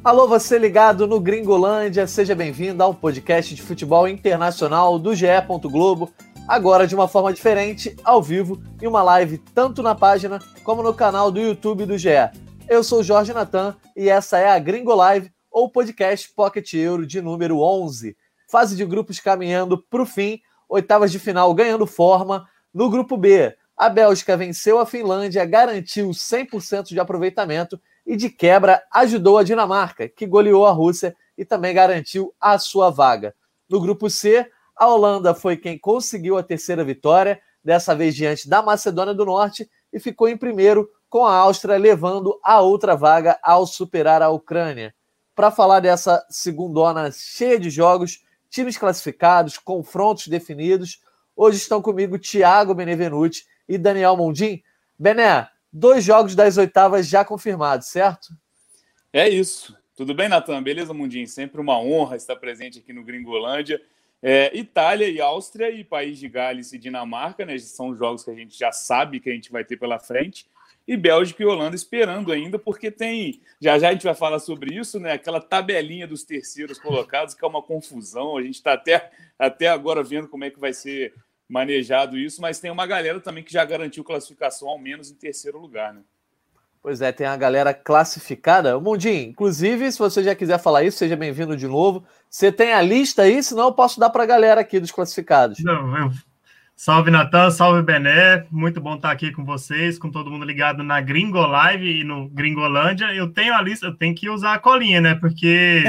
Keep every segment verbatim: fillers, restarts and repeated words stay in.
Alô, você ligado no Gringolândia, seja bem-vindo ao podcast de futebol internacional do G E. Globo, agora de uma forma diferente, ao vivo, em uma live tanto na página como no canal do YouTube do G E. Eu sou o Jorge Natan e essa é a Gringolive, ou podcast Pocket Euro de número onze. Fase de grupos caminhando para o fim, oitavas de final ganhando forma. No grupo B, a Bélgica venceu a Finlândia, garantiu cem por cento de aproveitamento e de quebra ajudou a Dinamarca, que goleou a Rússia e também garantiu a sua vaga. No grupo C, a Holanda foi quem conseguiu a terceira vitória, dessa vez diante da Macedônia do Norte, e ficou em primeiro, com a Áustria levando a outra vaga ao superar a Ucrânia. Para falar dessa segundona cheia de jogos, times classificados, confrontos definidos, hoje estão comigo Thiago Benevenuti e Daniel Mundim. Bené, dois jogos das oitavas já confirmados, certo? É isso. Tudo bem, Natan? Beleza, Mundim? Sempre uma honra estar presente aqui no Gringolândia. É, Itália e Áustria e País de Gales e Dinamarca, né? São jogos que a gente já sabe que a gente vai ter pela frente. E Bélgica e Holanda esperando ainda, porque tem... Já já a gente vai falar sobre isso, né? Aquela tabelinha dos terceiros colocados, que é uma confusão. A gente está até, até agora vendo como é que vai ser manejado isso, mas tem uma galera também que já garantiu classificação, ao menos em terceiro lugar, né? Pois é, tem a galera classificada. Mundim, inclusive, se você já quiser falar isso, seja bem-vindo de novo. Você tem a lista aí, senão eu posso dar para a galera aqui dos classificados. Não, eu... Salve, Natan, salve, Bené. Muito bom estar aqui com vocês, com todo mundo ligado na Gringolive e no Gringolândia. Eu tenho a lista, eu tenho que usar a colinha, né? Porque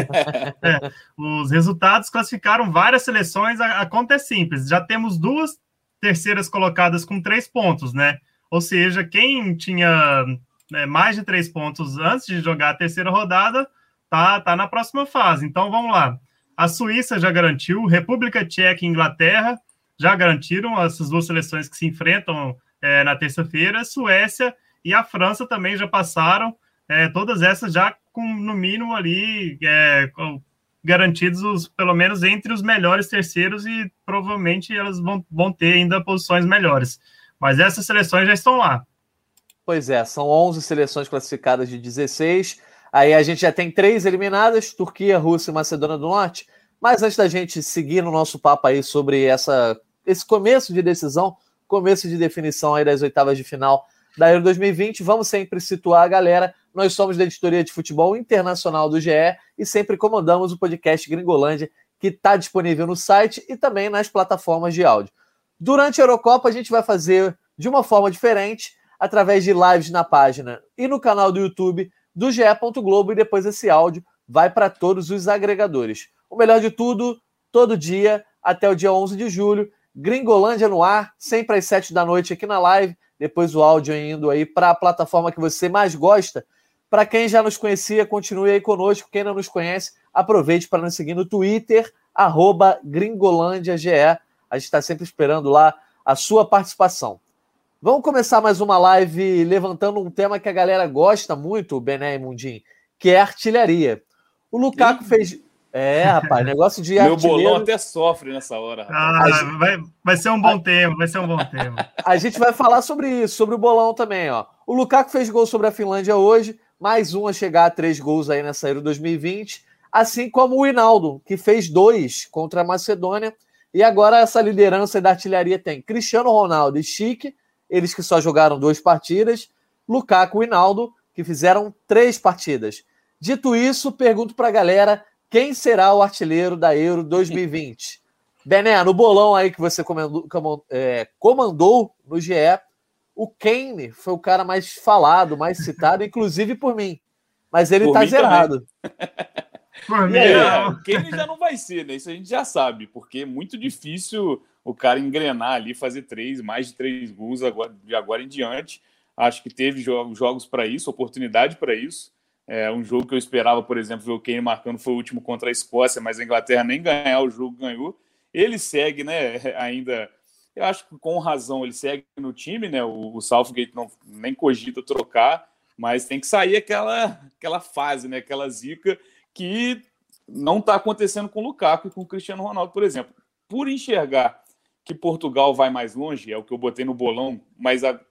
é, os resultados classificaram várias seleções, a, a conta é simples. Já temos duas terceiras colocadas com três pontos, né? Ou seja, quem tinha né, mais de três pontos antes de jogar a terceira rodada, tá, tá na próxima fase. Então, vamos lá. A Suíça já garantiu, República Tcheca e Inglaterra já garantiram, essas duas seleções que se enfrentam é, na terça-feira. Suécia e a França também já passaram, é, todas essas já com, no mínimo, ali é, garantidos, os, pelo menos entre os melhores terceiros, e provavelmente elas vão, vão ter ainda posições melhores. Mas essas seleções já estão lá. Pois é, são onze seleções classificadas de dezesseis. Aí a gente já tem três eliminadas, Turquia, Rússia e Macedônia do Norte. Mas antes da gente seguir no nosso papo aí sobre essa... esse começo de decisão, começo de definição aí das oitavas de final da Euro dois mil e vinte, vamos sempre situar a galera. Nós somos da editoria de futebol internacional do G E e sempre comandamos o podcast Gringolândia, que está disponível no site e também nas plataformas de áudio. Durante a Eurocopa, a gente vai fazer de uma forma diferente, através de lives na página e no canal do YouTube do G E. Globo, e depois esse áudio vai para todos os agregadores. O melhor de tudo, todo dia, até o dia onze de julho, Gringolândia no ar, sempre às sete da noite aqui na live, depois o áudio indo aí para a plataforma que você mais gosta. Para quem já nos conhecia, continue aí conosco. Quem não nos conhece, aproveite para nos seguir no Twitter, arroba GringolândiaGE. A gente está sempre esperando lá a sua participação. Vamos começar mais uma live levantando um tema que a galera gosta muito, Bené e Mundim, que é artilharia. O Lukaku fez... É, rapaz, negócio de Meu artilheiro... bolão até sofre nessa hora. Ah, gente... vai, vai ser um bom a... tema, vai ser um bom tema. A gente vai falar sobre isso, sobre o bolão também, ó. O Lukaku fez gol sobre a Finlândia hoje, mais um a chegar a três gols aí nessa Euro dois mil e vinte, assim como o Wijnaldum, que fez dois contra a Macedônia, e agora essa liderança da artilharia tem Cristiano Ronaldo e Schick, eles que só jogaram duas partidas, Lukaku e Wijnaldum, que fizeram três partidas. Dito isso, pergunto pra galera... quem será o artilheiro da Euro dois mil e vinte? Bené, no bolão aí que você comandou, é, comandou no G E, o Kane foi o cara mais falado, mais citado, inclusive por mim. Mas ele por tá zerado. Por mim, é, o Kane já não vai ser, né? Isso a gente já sabe, porque é muito difícil o cara engrenar ali, fazer três, mais de três gols agora, de agora em diante. Acho que teve jogos para isso, oportunidade para isso. É, um jogo que eu esperava, por exemplo, ver o Kane marcando foi o último contra a Escócia, mas a Inglaterra nem ganhar o jogo ganhou. Ele segue, né, ainda, eu acho que com razão, ele segue no time, né, o, o Southgate não, nem cogita trocar, mas tem que sair aquela, aquela fase, né, aquela zica que não está acontecendo com o Lukaku e com o Cristiano Ronaldo, por exemplo. Por enxergar que Portugal vai mais longe, é o que eu botei no bolão, mas a,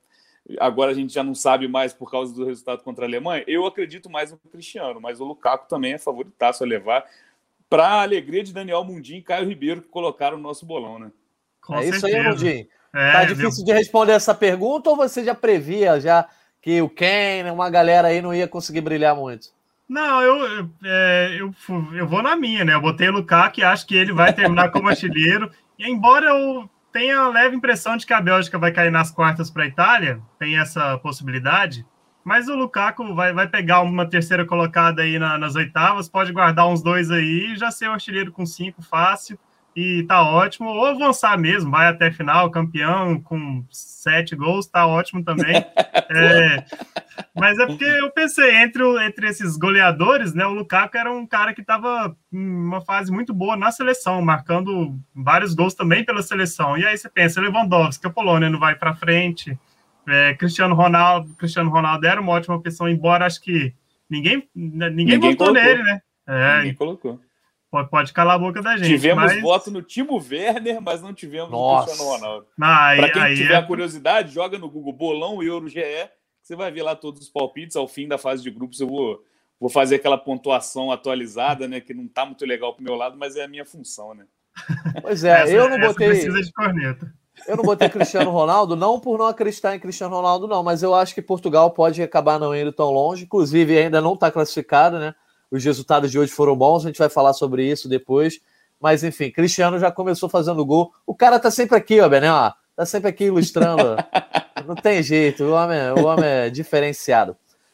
agora a gente já não sabe mais por causa do resultado contra a Alemanha. Eu acredito mais no Cristiano, mas o Lukaku também é favoritaço a levar, para a alegria de Daniel Mundim e Caio Ribeiro, que colocaram o nosso bolão, né? Com é certeza. Isso aí, Mundim. É, tá difícil meu... de responder essa pergunta, ou você já previa já que o Kane, uma galera aí não ia conseguir brilhar muito? Não, eu, é, eu, eu vou na minha, né? Eu botei o Lukaku e acho que ele vai terminar como artilheiro. E embora eu tenha a leve impressão de que a Bélgica vai cair nas quartas para a Itália, tem essa possibilidade, mas o Lukaku vai, vai pegar uma terceira colocada aí na, nas oitavas, pode guardar uns dois aí e já ser o artilheiro com cinco fácil. E tá ótimo, ou avançar mesmo, vai até final, campeão com sete gols, tá ótimo também. É, mas é porque eu pensei, entre, o, entre esses goleadores, né, o Lukaku era um cara que estava em uma fase muito boa na seleção, marcando vários gols também pela seleção. E aí você pensa, Lewandowski, a Polônia não vai para frente, é, Cristiano Ronaldo, Cristiano Ronaldo era uma ótima opção, embora acho que ninguém, ninguém, ninguém votou colocou. nele, né? É, ninguém colocou. Pode, pode calar a boca da gente. Tivemos mas... voto no Timo Werner, mas não tivemos Nossa. no Cristiano Ronaldo. Ah, Para quem aí, tiver é... a curiosidade, joga no Google Bolão Euro G E, você vai ver lá todos os palpites. Ao fim da fase de grupos eu vou, vou fazer aquela pontuação atualizada, né, que não tá muito legal pro meu lado, mas é a minha função, né? Pois é, essa, eu não botei... precisa de corneta. Eu não botei Cristiano Ronaldo, não por não acreditar em Cristiano Ronaldo, não, mas eu acho que Portugal pode acabar não indo tão longe, inclusive ainda não está classificado, né? Os resultados de hoje foram bons, a gente vai falar sobre isso depois. Mas, enfim, Cristiano já começou fazendo gol. O cara tá sempre aqui, ó, Bené, ó. Tá sempre aqui ilustrando. Não tem jeito, o homem, o homem é diferenciado.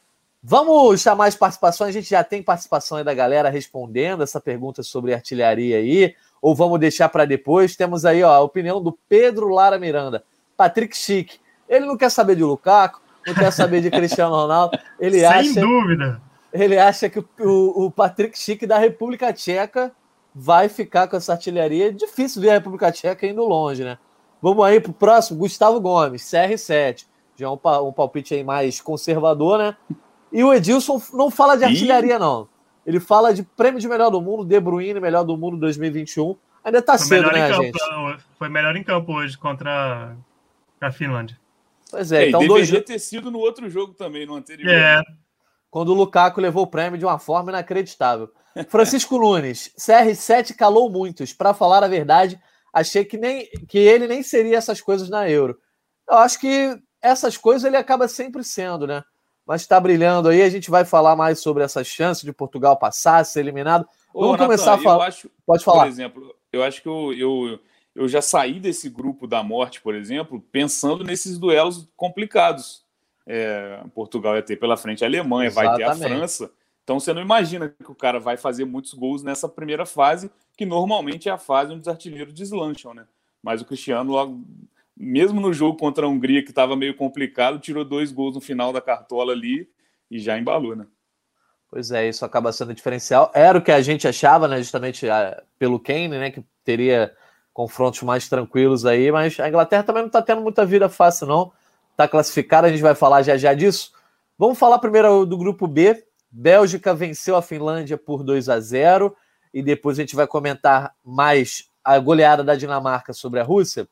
Vamos chamar as participações. A gente já tem participação aí da galera respondendo essa pergunta sobre artilharia aí. Ou vamos deixar para depois? Temos aí ó, a opinião do Pedro Lara Miranda. Patrick Schick. Ele não quer saber de Lukaku, não quer saber de Cristiano Ronaldo. Ele Sem acha... dúvida. Ele acha que o, o, o Patrick Schick da República Tcheca vai ficar com essa artilharia. É difícil ver a República Tcheca indo longe, né? Vamos aí pro próximo, Gustavo Gomes, C R sete. Já é um, um palpite aí mais conservador, né? E o Edilson não fala de artilharia, não. Ele fala de prêmio de melhor do mundo, De Bruyne, melhor do mundo dois mil e vinte e um. Ainda tá foi cedo, né, campo, gente? Foi melhor em campo hoje contra a Finlândia. Pois é, é então deveria dois... ter sido no outro jogo também, no anterior. É. Quando o Lukaku levou o prêmio de uma forma inacreditável. Francisco Nunes, C R sete calou muitos. Para falar a verdade, achei que, nem, que ele nem seria essas coisas na Euro. Eu acho que essas coisas ele acaba sempre sendo, né? Mas está brilhando aí, a gente vai falar mais sobre essas chances de Portugal passar, ser eliminado. Vamos Ô, começar Nathan, a falar. Acho, Pode falar. Por exemplo, eu acho que eu, eu, eu já saí desse grupo da morte, por exemplo, pensando nesses duelos complicados. É, Portugal ia ter pela frente a Alemanha, Exatamente. vai ter a França. Então você não imagina que o cara vai fazer muitos gols nessa primeira fase, que normalmente é a fase onde os artilheiros deslancham, né? Mas o Cristiano, logo, mesmo no jogo contra a Hungria, que estava meio complicado, tirou dois gols no final da cartola ali e já embalou, né? Pois é, isso acaba sendo diferencial. Era o que a gente achava, né? Justamente uh, pelo Kane, né? Que teria confrontos mais tranquilos aí, mas a Inglaterra também não está tendo muita vida fácil, não. Está classificada, a gente vai falar já já disso. Vamos falar primeiro do grupo B. Bélgica venceu a Finlândia por dois a zero e depois a gente vai comentar mais a goleada da Dinamarca sobre a Rússia.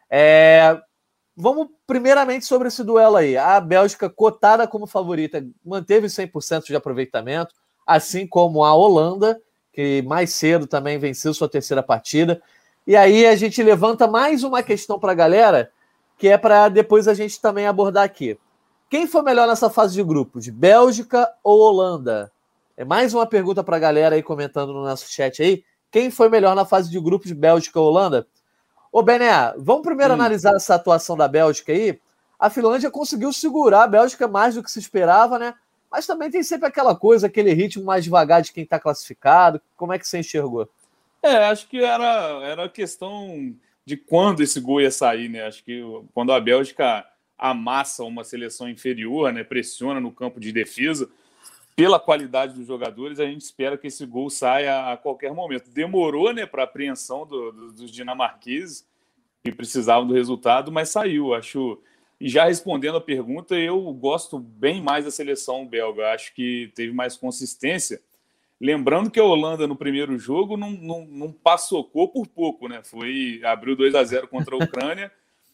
É... Vamos primeiramente sobre esse duelo aí. A Bélgica, cotada como favorita, manteve cem por cento de aproveitamento, assim como a Holanda, que mais cedo também venceu sua terceira partida. E aí a gente levanta mais uma questão para a galera, que é para depois a gente também abordar aqui. Quem foi melhor nessa fase de grupos? Bélgica ou Holanda? É mais uma pergunta para a galera aí comentando no nosso chat aí. Quem foi melhor na fase de grupos, Bélgica ou Holanda? Ô, Bené, vamos primeiro hum. analisar essa atuação da Bélgica aí. A Finlândia conseguiu segurar a Bélgica mais do que se esperava, né? Mas também tem sempre aquela coisa, aquele ritmo mais devagar de quem está classificado. Como é que você enxergou? É, acho que era, era questão de quando esse gol ia sair, né? Acho que quando a Bélgica amassa uma seleção inferior, né? Pressiona no campo de defesa, pela qualidade dos jogadores, a gente espera que esse gol saia a qualquer momento. Demorou, né, para a apreensão do, do, dos dinamarqueses, que precisavam do resultado, mas saiu, acho. E já respondendo a pergunta, eu gosto bem mais da seleção belga. Acho que teve mais consistência. Lembrando que a Holanda, no primeiro jogo, não, não, não passocou por pouco, né? Foi, abriu dois a zero contra a Ucrânia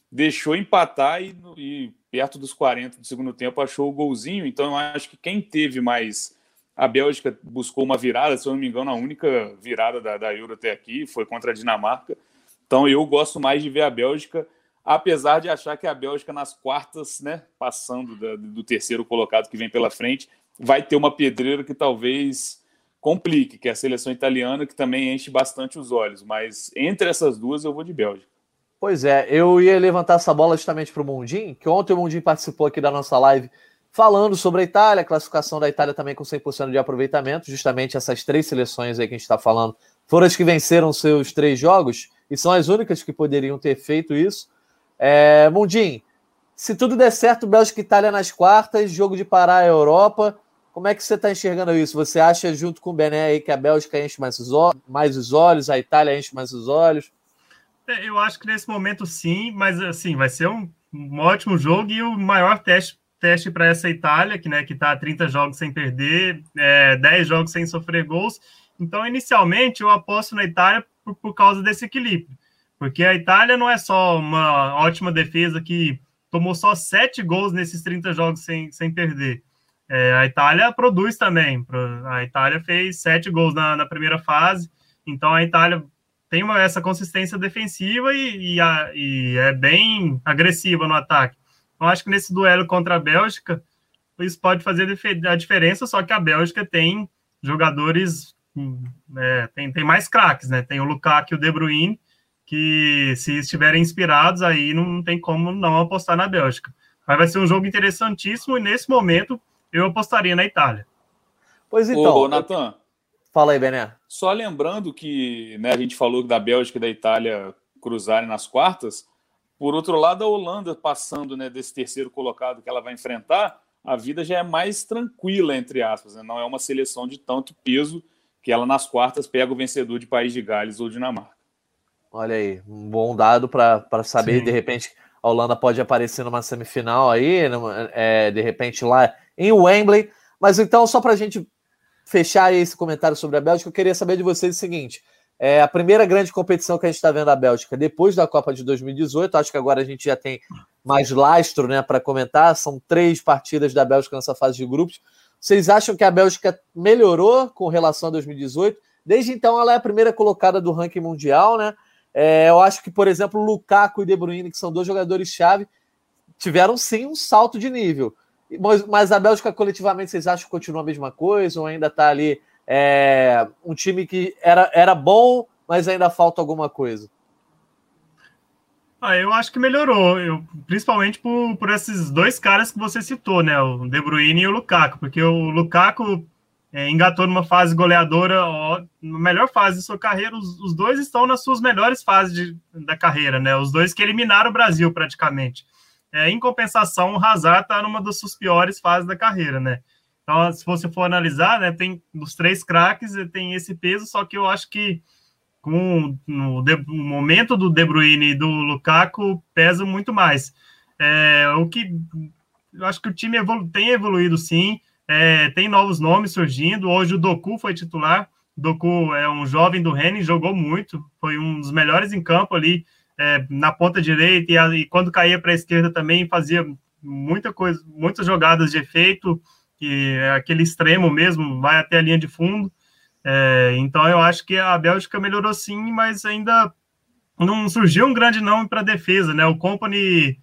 deixou empatar e, e perto dos quarenta do segundo tempo achou o golzinho. Então eu acho que quem teve mais... A Bélgica buscou uma virada, se eu não me engano, a única virada da, da Euro até aqui foi contra a Dinamarca. Então eu gosto mais de ver a Bélgica, apesar de achar que a Bélgica nas quartas, né, passando da, do terceiro colocado que vem pela frente, vai ter uma pedreira que talvez complique, que é a seleção italiana, que também enche bastante os olhos. Mas entre essas duas eu vou de Bélgica. Pois é, eu ia levantar essa bola justamente para o Mundim, que ontem o Mundim participou aqui da nossa live falando sobre a Itália, a classificação da Itália também com cem por cento de aproveitamento, justamente essas três seleções aí que a gente está falando, foram as que venceram seus três jogos, e são as únicas que poderiam ter feito isso. É, Mundim, se tudo der certo, Bélgica e Itália nas quartas, jogo de parar a Europa, como é que você está enxergando isso? Você acha, junto com o Bené, aí, que a Bélgica enche mais os, olhos, mais os olhos, a Itália enche mais os olhos? Eu acho que nesse momento sim, mas assim, vai ser um, um ótimo jogo e o maior teste teste para essa Itália, que né, que está trinta jogos sem perder, é, dez jogos sem sofrer gols. Então, inicialmente, eu aposto na Itália por, por causa desse equilíbrio. Porque a Itália não é só uma ótima defesa que tomou só sete gols nesses trinta jogos sem, sem perder. É, a Itália produz também. A Itália fez sete gols na, na primeira fase. Então, a Itália tem uma, essa consistência defensiva e, e, a, e é bem agressiva no ataque. Eu acho que nesse duelo contra a Bélgica, isso pode fazer a diferença, só que a Bélgica tem jogadores, é, tem, tem mais craques, né? Tem o Lukaku e o De Bruyne, que se estiverem inspirados, aí não tem como não apostar na Bélgica. Mas vai ser um jogo interessantíssimo e nesse momento eu apostaria na Itália. Pois então. Ô, Nathan, fala aí, Bené. Só lembrando que, né, a gente falou da Bélgica e da Itália cruzarem nas quartas. Por outro lado, a Holanda passando, né, desse terceiro colocado que ela vai enfrentar, a vida já é mais tranquila, entre aspas. Né? Não é uma seleção de tanto peso que ela nas quartas pega o vencedor de País de Gales ou Dinamarca. Olha aí, um bom dado para saber. Sim. De repente, a Holanda pode aparecer numa semifinal aí, numa, é, de repente lá em Wembley. Mas então, só para a gente fechar esse comentário sobre a Bélgica, eu queria saber de vocês o seguinte. É a primeira grande competição que a gente está vendo a Bélgica depois da Copa de dois mil e dezoito. Acho que agora a gente já tem mais lastro, né, para comentar. São três partidas da Bélgica nessa fase de grupos. Vocês acham que a Bélgica melhorou com relação a dois mil e dezoito? Desde então, ela é a primeira colocada do ranking mundial, né? É, eu acho que, por exemplo, Lukaku e De Bruyne, que são dois jogadores-chave, tiveram sim um salto de nível. Mas, mas a Bélgica, coletivamente, vocês acham que continua a mesma coisa ou ainda está ali? É um time que era, era bom, mas ainda falta alguma coisa? Ah, eu acho que melhorou, eu, principalmente por, por esses dois caras que você citou, né? O De Bruyne e o Lukaku, porque o Lukaku é, engatou numa fase goleadora, ó, na melhor fase de sua carreira. Os, os dois estão nas suas melhores fases de, da carreira, né? Os dois que eliminaram o Brasil praticamente. É, em compensação, o Hazard está numa das suas piores fases da carreira, né? Então, se você for analisar, né, tem dos três craques, tem esse peso, só que eu acho que com no, de, o momento do De Bruyne e do Lukaku pesa muito mais. É, o que eu acho que o time evolu, tem evoluído sim, é, tem novos nomes surgindo. Hoje o Doku foi titular. O Doku é um jovem do Rennes, jogou muito, foi um dos melhores em campo ali, é, na ponta direita, e, a, e quando caía para a esquerda também fazia muita coisa, muitas jogadas de efeito, que é aquele extremo mesmo, vai até a linha de fundo. É, então eu acho que a Bélgica melhorou sim, mas ainda não surgiu um grande nome para a defesa, né? O Kompany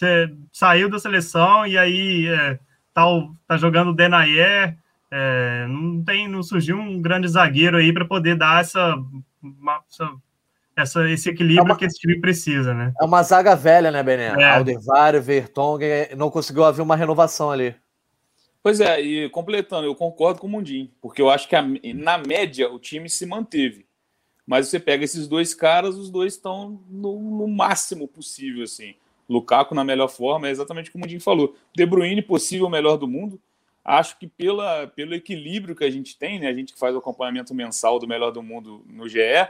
saiu da seleção e aí é, tá, tá jogando o Denayer, é, não, tem, não surgiu um grande zagueiro aí para poder dar essa, essa, essa, esse equilíbrio é uma, que esse time precisa, né? É uma zaga velha, né, Bené? É. Alderweireld, Vertonghen, não conseguiu haver uma renovação ali. Pois é, e completando, eu concordo com o Mundim, porque eu acho que a, na média o time se manteve. Mas você pega esses dois caras, os dois estão no, no máximo possível, assim. Lukaku na melhor forma, é exatamente como o Mundim falou. De Bruyne, possível melhor do mundo. Acho que pela, pelo equilíbrio que a gente tem, né, a gente que faz o acompanhamento mensal do melhor do mundo no G E,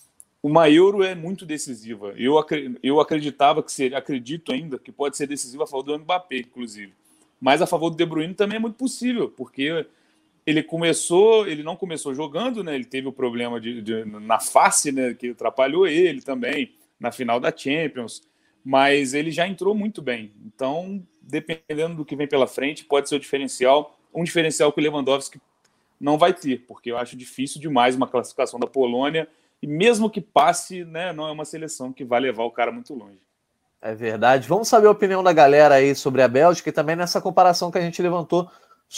uma Euro é muito decisiva. Eu, eu acreditava que seria, acredito ainda, que pode ser decisiva a favor do Mbappé, inclusive. Mas a favor do De Bruyne também é muito possível, porque ele começou, ele não começou jogando, né? Ele teve o problema de, de, na face, né? Que atrapalhou ele também na final da Champions. mas ele já entrou muito bem. Então, dependendo do que vem pela frente, pode ser o diferencial. Um diferencial que o Lewandowski não vai ter, porque eu acho difícil demais uma classificação da Polônia, e mesmo que passe, né, não é uma seleção que vai levar o cara muito longe. É verdade. Vamos saber a opinião da galera aí sobre a Bélgica e também nessa comparação que a gente levantou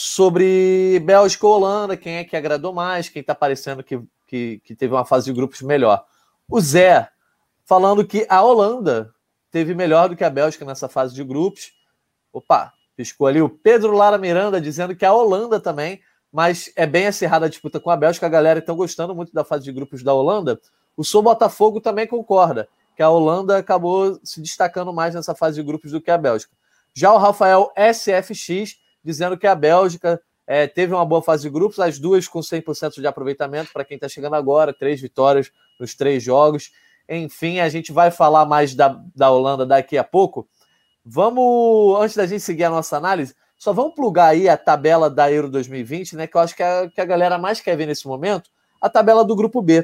sobre Bélgica e Holanda, quem é que agradou mais, quem está parecendo que, que, que teve uma fase de grupos melhor. O Zé falando que a Holanda teve melhor do que a Bélgica nessa fase de grupos. Opa, piscou ali o Pedro Lara Miranda dizendo que a Holanda também, mas é bem acirrada a disputa com a Bélgica, a galera está gostando muito da fase de grupos da Holanda. O Sou Botafogo também concorda que a Holanda acabou se destacando mais nessa fase de grupos do que a Bélgica. Já o Rafael S F X dizendo que a Bélgica é, teve uma boa fase de grupos, as duas com cem por cento de aproveitamento, para quem está chegando agora, três vitórias nos três jogos. Enfim, a gente vai falar mais da, da Holanda daqui a pouco. Vamos, antes da gente seguir a nossa análise, só vamos plugar aí a tabela da Euro dois mil e vinte, né, que eu acho que a, que a galera mais quer ver nesse momento, a tabela do grupo B.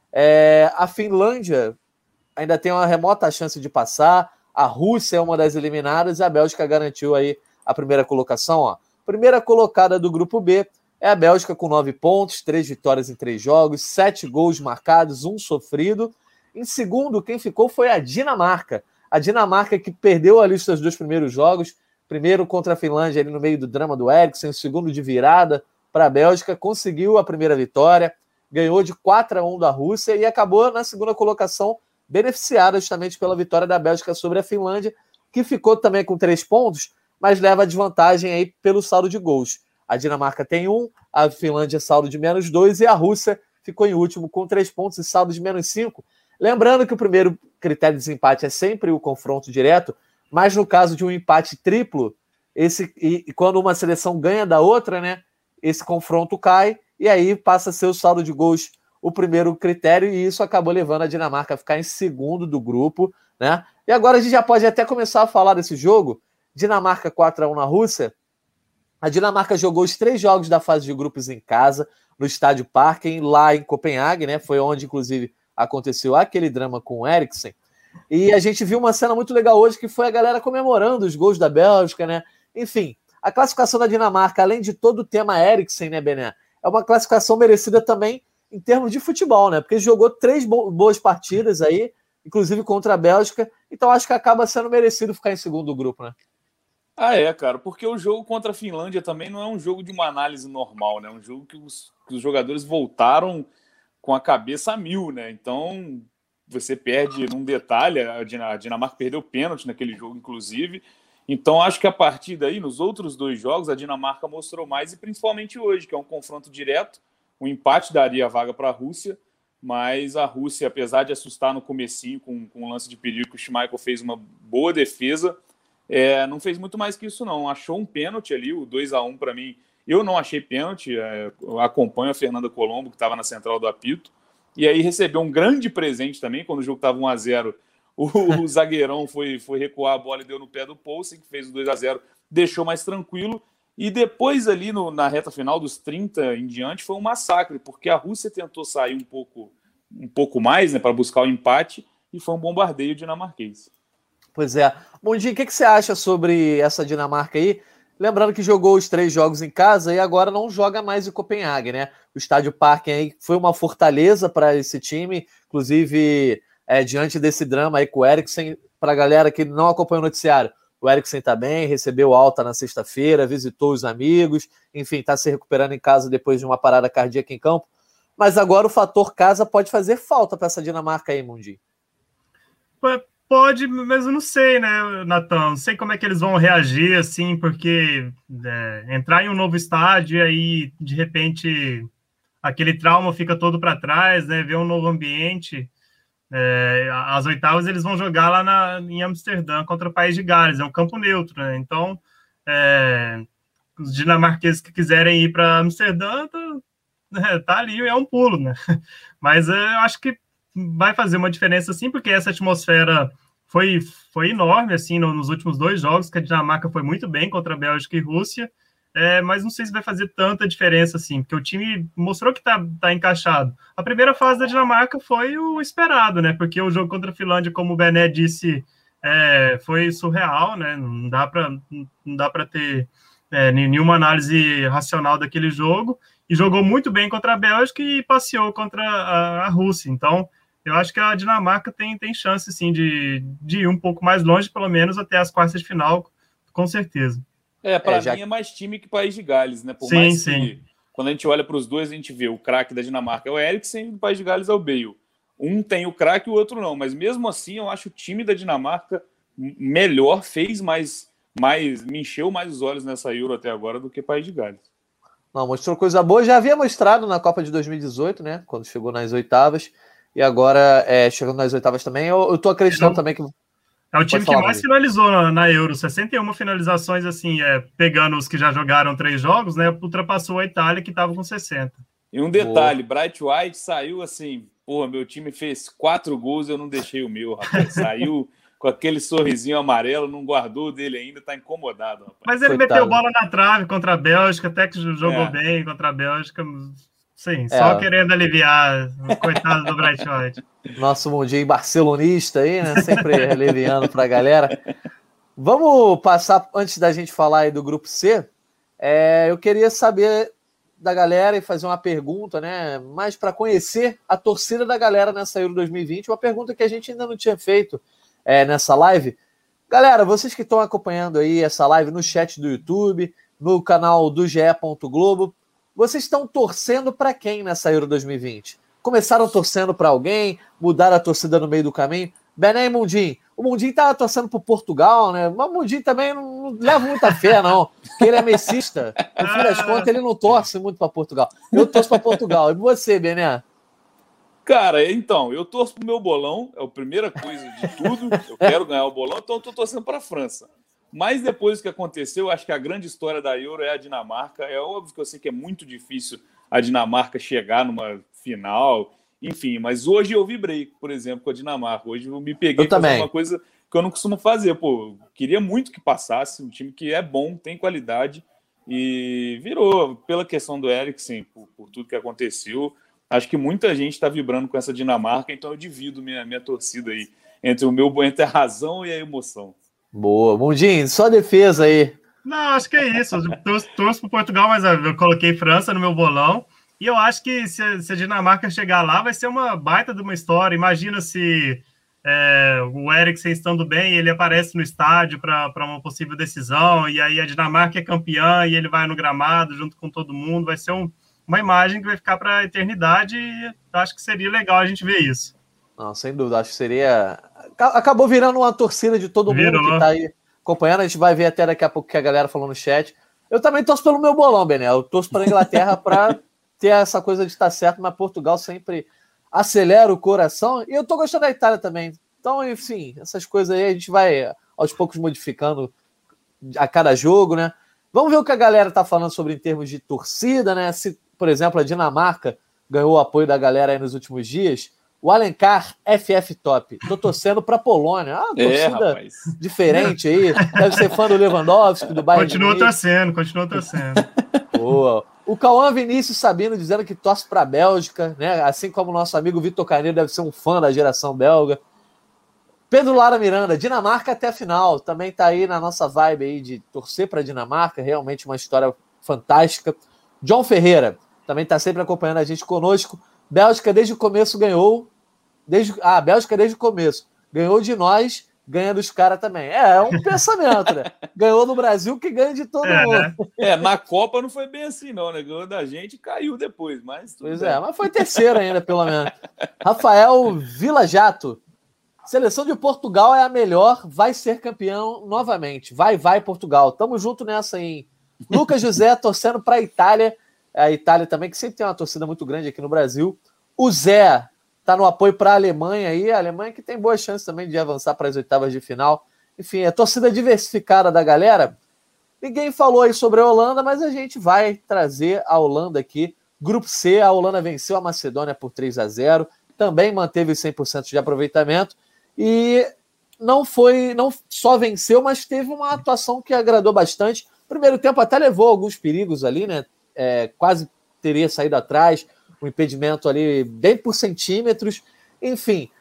É, a Finlândia ainda tem uma remota chance de passar, a Rússia é uma das eliminadas e a Bélgica garantiu aí a primeira colocação. Ó. Primeira colocada do grupo B é a Bélgica com nove pontos, três vitórias em três jogos, sete gols marcados, um sofrido. Em segundo, quem ficou foi a Dinamarca. A Dinamarca que perdeu ali os seus dois primeiros jogos, primeiro contra a Finlândia ali no meio do drama do Eriksen, o segundo de virada para a Bélgica, conseguiu a primeira vitória, ganhou de quatro a um da Rússia e acabou na segunda colocação, beneficiada justamente pela vitória da Bélgica sobre a Finlândia, que ficou também com três pontos, mas leva a desvantagem aí pelo saldo de gols. A Dinamarca tem um, a Finlândia saldo de menos dois e a Rússia ficou em último com três pontos e saldo de menos cinco. Lembrando que o primeiro critério de desempate é sempre o confronto direto, mas no caso de um empate triplo, esse, e, e quando uma seleção ganha da outra, né, esse confronto cai, e aí passa a ser o saldo de gols o primeiro critério, e isso acabou levando a Dinamarca a ficar em segundo do grupo, né? E agora a gente já pode até começar a falar desse jogo. Dinamarca quatro a um na Rússia. A Dinamarca jogou os três jogos da fase de grupos em casa, no Estádio Parken, lá em Copenhague, né? Foi onde, inclusive, aconteceu aquele drama com o Eriksen. E a gente viu uma cena muito legal hoje, que foi a galera comemorando os gols da Bélgica, né? Enfim, a classificação da Dinamarca, além de todo o tema Eriksen, né, Bené? É uma classificação merecida também em termos de futebol, né? Porque jogou três boas partidas aí, inclusive contra a Bélgica, então acho que acaba sendo merecido ficar em segundo grupo, né? Ah, é, cara, porque o jogo contra a Finlândia também não é um jogo de uma análise normal, né? É um jogo que os, que os jogadores voltaram com a cabeça a mil, né? Então, você perde num detalhe, a Dinamarca perdeu pênalti naquele jogo, inclusive. Então, acho que a partir daí, nos outros dois jogos, a Dinamarca mostrou mais, e principalmente hoje, que é um confronto direto. O empate daria a vaga para a Rússia, mas a Rússia, apesar de assustar no comecinho com, com um lance de perigo que o Schmeichel fez uma boa defesa, é, não fez muito mais que isso não. Achou um pênalti ali, o dois a um para mim. Eu não achei pênalti, é, eu acompanho a Fernanda Colombo, que estava na central do apito, e aí recebeu um grande presente também, quando o jogo estava um a zero, o, o zagueirão foi, foi recuar a bola e deu no pé do Poulsen, que fez o dois a zero, deixou mais tranquilo. E depois ali no, na reta final dos trinta em diante foi um massacre, porque a Rússia tentou sair um pouco, um pouco mais, né, para buscar o empate, e foi um bombardeio dinamarquês. Pois é. Mundinho, o que, que você acha sobre essa Dinamarca aí? Lembrando que jogou os três jogos em casa e agora não joga mais em Copenhague, né? O Estádio Parken aí foi uma fortaleza para esse time, inclusive é, diante desse drama aí com o Eriksen, para a galera que não acompanha o noticiário. O Eriksen está bem, recebeu alta na sexta-feira, visitou os amigos, enfim, está se recuperando em casa depois de uma parada cardíaca em campo. Mas agora o fator casa pode fazer falta para essa Dinamarca aí, Mundinho. Pode, mas eu não sei, né, Natan? Não sei como é que eles vão reagir, assim, porque é, entrar em um novo estádio e aí, de repente, aquele trauma fica todo para trás, né? Ver um novo ambiente. É, as oitavas eles vão jogar lá na, em Amsterdã contra o País de Gales, é um campo neutro, né? Então, é, os dinamarqueses que quiserem ir para Amsterdã, tá, é, tá ali, é um pulo, né? Mas é, eu acho que vai fazer uma diferença, sim, porque essa atmosfera foi, foi enorme, assim, no, nos últimos dois jogos, que a Dinamarca foi muito bem contra a Bélgica e Rússia, é, mas não sei se vai fazer tanta diferença, assim, porque o time mostrou que tá, tá encaixado. A primeira fase da Dinamarca foi o esperado, né, porque o jogo contra a Finlândia, como o Bené disse, é, foi surreal, né? Não dá para não dá para ter é, nenhuma análise racional daquele jogo, e jogou muito bem contra a Bélgica e passeou contra a, a Rússia. Então, eu acho que a Dinamarca tem, tem chance, sim, de, de ir um pouco mais longe, pelo menos até as quartas de final, com certeza. É, para é, já... mim é mais time que País de Gales, né? Por sim, mais sim. que, quando a gente olha para os dois, a gente vê o craque da Dinamarca é o Eriksen e o País de Gales é o Bale. Um tem o craque e o outro não, mas mesmo assim eu acho o time da Dinamarca melhor, fez mais, mais me encheu mais os olhos nessa Euro até agora do que País de Gales. Não, mostrou coisa boa, já havia mostrado na Copa de dois mil e dezoito, né, quando chegou nas oitavas, e agora é, chegando nas oitavas também, eu, eu tô acreditando é, também que... É o time que mais mesmo. finalizou na, na Euro, sessenta e uma finalizações, assim, é, pegando os que já jogaram três jogos, né, ultrapassou a Itália, que estava com sessenta. E um detalhe, boa. Bright White saiu assim, pô, meu time fez quatro gols e eu não deixei o meu, rapaz, saiu... com aquele sorrisinho amarelo, não guardou o dele ainda, tá incomodado, rapaz. Mas ele Coitado. meteu bola na trave contra a Bélgica, até que jogou é. bem contra a Bélgica. Sim, só é. querendo aliviar o coitado do Bright White. Nosso mundinho barcelonista aí, né? Sempre aliviando pra galera. Vamos passar, antes da gente falar aí do grupo C, é, eu queria saber da galera e fazer uma pergunta, né? Mais para conhecer a torcida da galera nessa Euro dois mil e vinte, uma pergunta que a gente ainda não tinha feito. É, nessa live. Galera, vocês que estão acompanhando aí essa live no chat do YouTube, no canal do G E. Globo, vocês estão torcendo para quem nessa Euro dois mil e vinte? Começaram torcendo para alguém, mudaram a torcida no meio do caminho? Bené e Mundinho. O Mundinho estava torcendo para Portugal, né? Mas o Mundinho também não, não leva muita fé, não. Porque ele é messista. No fim das contas, ele não torce muito para Portugal. Eu torço para Portugal. E você, Bené? Cara, então, eu torço pro meu bolão, é a primeira coisa de tudo, eu quero ganhar o bolão, então eu tô torcendo para a França. Mas depois do que aconteceu, acho que a grande história da Euro é a Dinamarca. É óbvio que eu sei que é muito difícil a Dinamarca chegar numa final, enfim, mas hoje eu vibrei, por exemplo, com a Dinamarca. Hoje eu me peguei para fazer uma coisa que eu não costumo fazer. Pô, eu queria muito que passasse, um time que é bom, tem qualidade, e virou, pela questão do Eriksen, por, por tudo que aconteceu. Acho que muita gente está vibrando com essa Dinamarca, então eu divido minha, minha torcida aí entre o meu entre a razão e a emoção. Boa, Mundinho, só defesa aí. Não, acho que é isso. Eu torço, torço para Portugal, mas eu coloquei França no meu bolão. E eu acho que se a, se a Dinamarca chegar lá, vai ser uma baita de uma história. Imagina se é, o Eriksen estando bem, ele aparece no estádio para uma possível decisão, e aí a Dinamarca é campeã e ele vai no gramado junto com todo mundo. Vai ser um. Uma imagem que vai ficar para a eternidade, e acho que seria legal a gente ver isso. Não, sem dúvida, acho que seria... Acabou virando uma torcida de todo Virou. mundo que está aí acompanhando, a gente vai ver até daqui a pouco que a galera falou no chat. Eu também torço pelo meu bolão, Bené, eu torço para a Inglaterra para ter essa coisa de estar certo, mas Portugal sempre acelera o coração, e eu tô gostando da Itália também. Então, enfim, essas coisas aí a gente vai aos poucos modificando a cada jogo, né? Vamos ver o que a galera tá falando sobre em termos de torcida, né? Se, por exemplo, a Dinamarca ganhou o apoio da galera aí nos últimos dias. O Alencar F F Top. Tô torcendo pra Polônia. Ah, torcida é, diferente aí. Deve ser fã do Lewandowski, do Bayern. Continua torcendo, continua torcendo. Boa. O Cauã Vinícius Sabino dizendo que torce pra Bélgica, né? Assim como o nosso amigo Vitor Carneiro deve ser um fã da geração belga. Pedro Lara Miranda, Dinamarca até a final. Também tá aí na nossa vibe aí de torcer pra Dinamarca. Realmente uma história fantástica. John Ferreira também tá sempre acompanhando a gente conosco. Bélgica desde o começo ganhou. Desde, ah, Bélgica desde o começo. Ganhou de nós, ganha dos caras também. É, é um pensamento, né? Ganhou no Brasil que ganha de todo é, mundo. Né? É, na Copa não foi bem assim, não, né? Ganhou da gente e caiu depois. Mas pois bem. é, mas foi terceiro ainda, pelo menos. Rafael Vila Jato. Seleção de Portugal é a melhor, vai ser campeão novamente. Vai, vai, Portugal. Tamo junto nessa aí. Lucas José torcendo para a Itália. A Itália também, que sempre tem uma torcida muito grande aqui no Brasil. O Zé tá no apoio para a Alemanha aí. A Alemanha que tem boa chance também de avançar para as oitavas de final. Enfim, a torcida diversificada da galera. Ninguém falou aí sobre a Holanda, mas a gente vai trazer a Holanda aqui. Grupo C, a Holanda venceu a Macedônia por três a zero. Também manteve cem por cento de aproveitamento. E não foi, não só venceu, mas teve uma atuação que agradou bastante. Primeiro tempo até levou alguns perigos ali, né? É, quase teria saído atrás, um impedimento ali bem por centímetros. Enfim,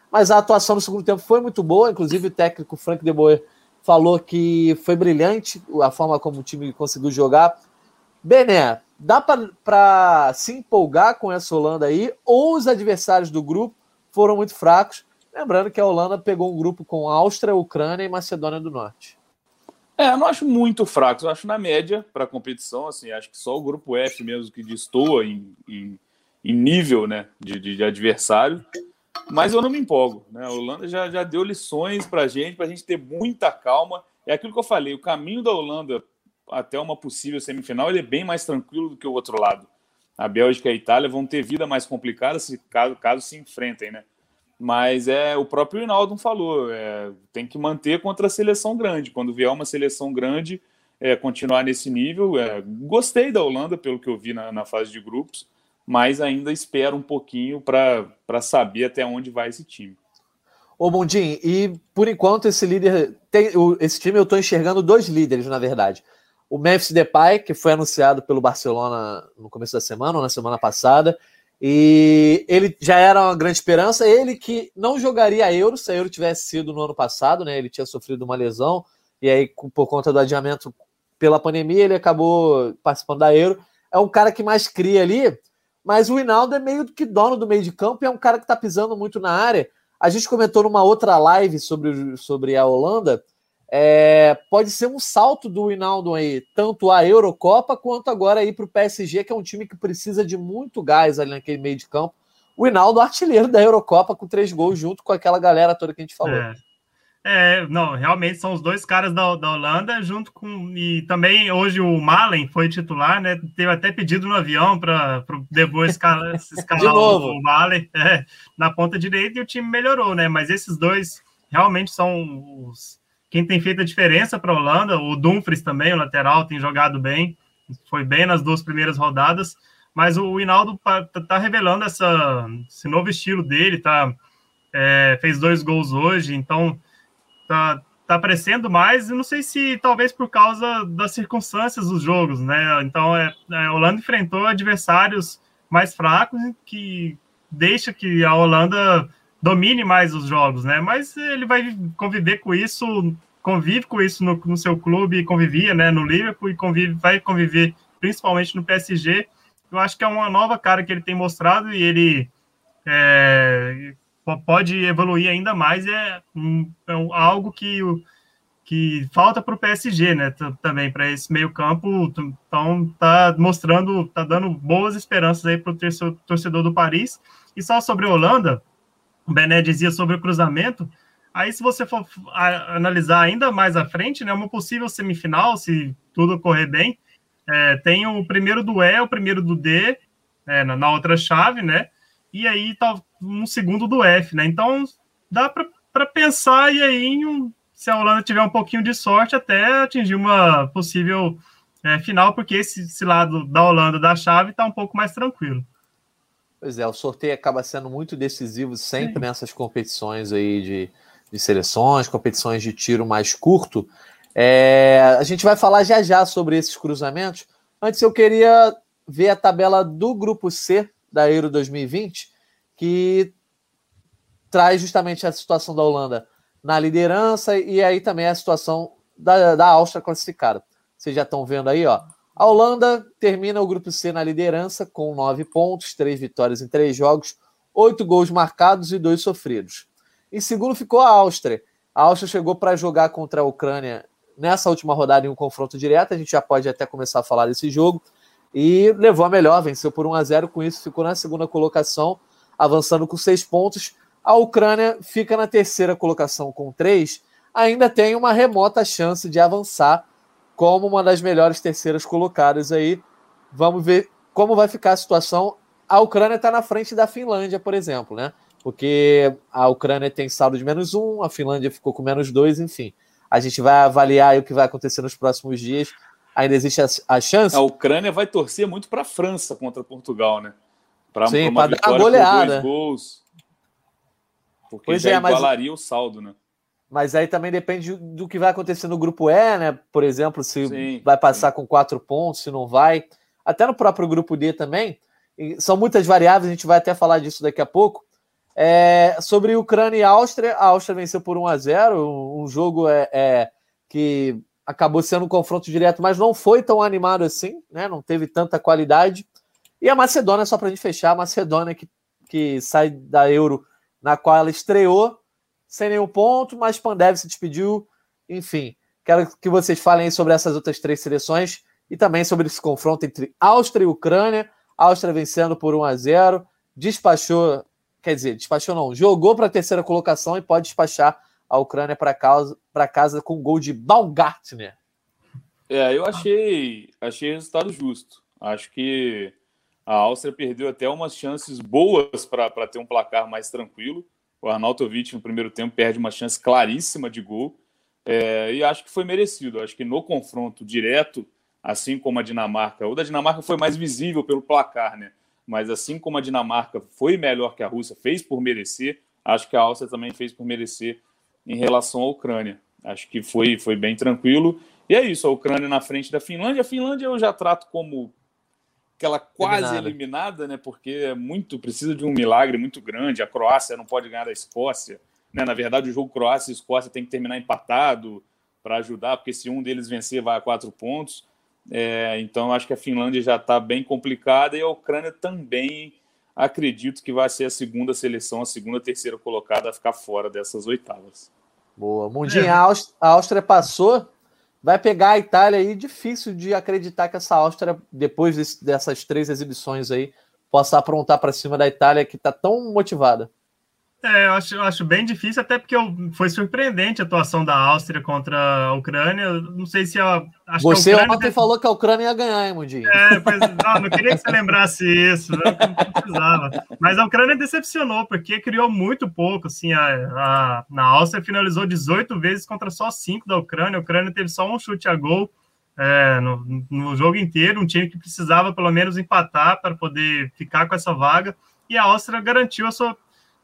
mas a atuação no segundo tempo foi muito boa, inclusive o técnico Frank de Boer falou que foi brilhante a forma como o time conseguiu jogar. Bené, dá para se empolgar com essa Holanda aí, ou os adversários do grupo foram muito fracos? Lembrando que a Holanda pegou um grupo com Áustria, Ucrânia e Macedônia do Norte. É, eu não acho muito fracos, eu acho na média para a competição, assim, acho que só o grupo F mesmo que destoa em, em, em nível, né, de, de, de adversário, mas eu não me empolgo, né, a Holanda já, já deu lições para a gente, para a gente ter muita calma, é aquilo que eu falei, o caminho da Holanda até uma possível semifinal, ele é bem mais tranquilo do que o outro lado. A Bélgica e a Itália vão ter vida mais complicada se caso, caso se enfrentem, né? Mas é o próprio Wijnaldum falou, é, tem que manter contra a seleção grande. Quando vier uma seleção grande, é, continuar nesse nível. É, gostei da Holanda, pelo que eu vi na, na fase de grupos, mas ainda espero um pouquinho para saber até onde vai esse time. Ô, Mundim, e por enquanto esse líder, tem, o, esse time eu estou enxergando dois líderes, na verdade. O Memphis Depay, que foi anunciado pelo Barcelona no começo da semana, ou na semana passada, e ele já era uma grande esperança, ele que não jogaria a Euro, se a Euro tivesse sido no ano passado, né? Ele tinha sofrido uma lesão, e aí por conta do adiamento pela pandemia, ele acabou participando da Euro. É um cara que mais cria ali, mas o Wijnaldum é meio que dono do meio de campo, e é um cara que está pisando muito na área. A gente comentou numa outra live sobre, sobre a Holanda, é, pode ser um salto do Wijnaldum aí, tanto a Eurocopa quanto agora aí para o P S G, que é um time que precisa de muito gás ali naquele meio de campo. O Wijnaldum, artilheiro da Eurocopa, com três gols junto com aquela galera toda que a gente falou. É, é não, realmente são os dois caras da, da Holanda, junto com... E também hoje o Malen foi titular, né? Teve até pedido no avião para o De Boer escalar, escalar de novo. o, o Malen é, na ponta direita, e o time melhorou, né? Mas esses dois realmente são os... Quem tem feito a diferença para a Holanda, o Dumfries também, o lateral, tem jogado bem, foi bem nas duas primeiras rodadas, mas o Wijnaldum está tá revelando essa, esse novo estilo dele, tá, é, fez dois gols hoje, então tá, tá aparecendo mais, e não sei se talvez por causa das circunstâncias dos jogos, né? Então é, a Holanda enfrentou adversários mais fracos, que deixa que a Holanda domine mais os jogos, né? Mas ele vai conviver com isso, convive com isso no, no seu clube, convivia, né, no Liverpool, e convive, vai conviver principalmente no P S G. Eu acho que é uma nova cara que ele tem mostrado, e ele é, pode evoluir ainda mais, é, um, é algo que, que falta para o P S G, né, também, para esse meio campo. Então tá mostrando, tá dando boas esperanças aí para o torcedor do Paris. E só sobre a Holanda, o Bené dizia sobre o cruzamento, aí se você for analisar ainda mais à frente, né, uma possível semifinal, se tudo correr bem, é, tem o primeiro do E, o primeiro do D, é, na, na outra chave, né, e aí tá um segundo do F, né, então dá para pensar, e aí em um, se a Holanda tiver um pouquinho de sorte, até atingir uma possível é, final, porque esse, esse lado da Holanda da chave está um pouco mais tranquilo. Pois é, o sorteio acaba sendo muito decisivo sempre Sim. nessas competições aí de, de seleções, competições de tiro mais curto. É, a gente vai falar já já sobre esses cruzamentos. Antes eu queria ver a tabela do Grupo C da Euro dois mil e vinte, que traz justamente a situação da Holanda na liderança, e aí também a situação da, da Áustria classificada. Vocês já estão vendo aí, ó. A Holanda termina o Grupo C na liderança com nove pontos, três vitórias em três jogos, oito gols marcados e dois sofridos. Em segundo ficou a Áustria. A Áustria chegou para jogar contra a Ucrânia nessa última rodada em um confronto direto, a gente já pode até começar a falar desse jogo, e levou a melhor, venceu por um a zero, com isso ficou na segunda colocação, avançando com seis pontos. A Ucrânia fica na terceira colocação com três, ainda tem uma remota chance de avançar como uma das melhores terceiras colocadas aí. Vamos ver como vai ficar a situação. A Ucrânia está na frente da Finlândia, por exemplo, né? Porque a Ucrânia tem saldo de menos um, a Finlândia ficou com menos dois, enfim. A gente vai avaliar aí o que vai acontecer nos próximos dias. Ainda existe a, a chance. A Ucrânia vai torcer muito para a França contra Portugal, né? Para uma dar uma goleada. Por dois gols. Porque pois já é, igualaria mas... o saldo, né? Mas aí também depende do que vai acontecer no grupo E, né? Por exemplo, se sim, vai passar sim. com quatro pontos, se não vai. Até no próprio grupo D também. E são muitas variáveis, a gente vai até falar disso daqui a pouco. É, sobre Ucrânia e Áustria, a Áustria venceu por um a zero, um jogo é, é, que acabou sendo um confronto direto, mas não foi tão animado assim, né? Não teve tanta qualidade. E a Macedônia, só para a gente fechar, a Macedônia que, que sai da Euro, na qual ela estreou, sem nenhum ponto, mas Pandev se despediu. Enfim, quero que vocês falem aí sobre essas outras três seleções e também sobre esse confronto entre Áustria e Ucrânia. A Áustria vencendo por um a zero, despachou, quer dizer, despachou não, jogou para a terceira colocação e pode despachar a Ucrânia para casa, para casa com gol de Baumgartner. É, eu achei, achei resultado justo. Acho que a Áustria perdeu até umas chances boas para ter um placar mais tranquilo. O Arnautovic, no primeiro tempo, perde uma chance claríssima de gol. É, e acho que foi merecido. Acho que no confronto direto, assim como a Dinamarca, o da Dinamarca foi mais visível pelo placar, né? Mas assim como a Dinamarca foi melhor que a Rússia, fez por merecer, acho que a Áustria também fez por merecer em relação à Ucrânia. Acho que foi, foi bem tranquilo. E é isso, a Ucrânia na frente da Finlândia. A Finlândia eu já trato como aquela quase eliminada, eliminada, né? Porque é muito, precisa de um milagre muito grande. A Croácia não pode ganhar da Escócia, né? Na verdade, o jogo Croácia e Escócia tem que terminar empatado para ajudar, porque se um deles vencer, vai a quatro pontos. É, então, acho que a Finlândia já está bem complicada e a Ucrânia também acredito que vai ser a segunda seleção, a segunda, terceira colocada a ficar fora dessas oitavas. Boa. Mundinho, é. a Áustria passou, vai pegar a Itália aí, difícil de acreditar que essa Áustria, depois desse, dessas três exibições aí, possa aprontar para cima da Itália, que está tão motivada. É, eu acho, eu acho bem difícil, até porque eu, foi surpreendente a atuação da Áustria contra a Ucrânia. Não sei se a. Acho você que a Ucrânia ontem deve... falou que a Ucrânia ia ganhar, hein, Mundinho? É, pois, não, não queria que você lembrasse isso, não, não precisava. Mas a Ucrânia decepcionou, porque criou muito pouco. Assim, a, a, na Áustria finalizou dezoito vezes contra só cinco da Ucrânia. A Ucrânia teve só um chute a gol é, no, no jogo inteiro, um time que precisava pelo menos empatar para poder ficar com essa vaga. E a Áustria garantiu a sua.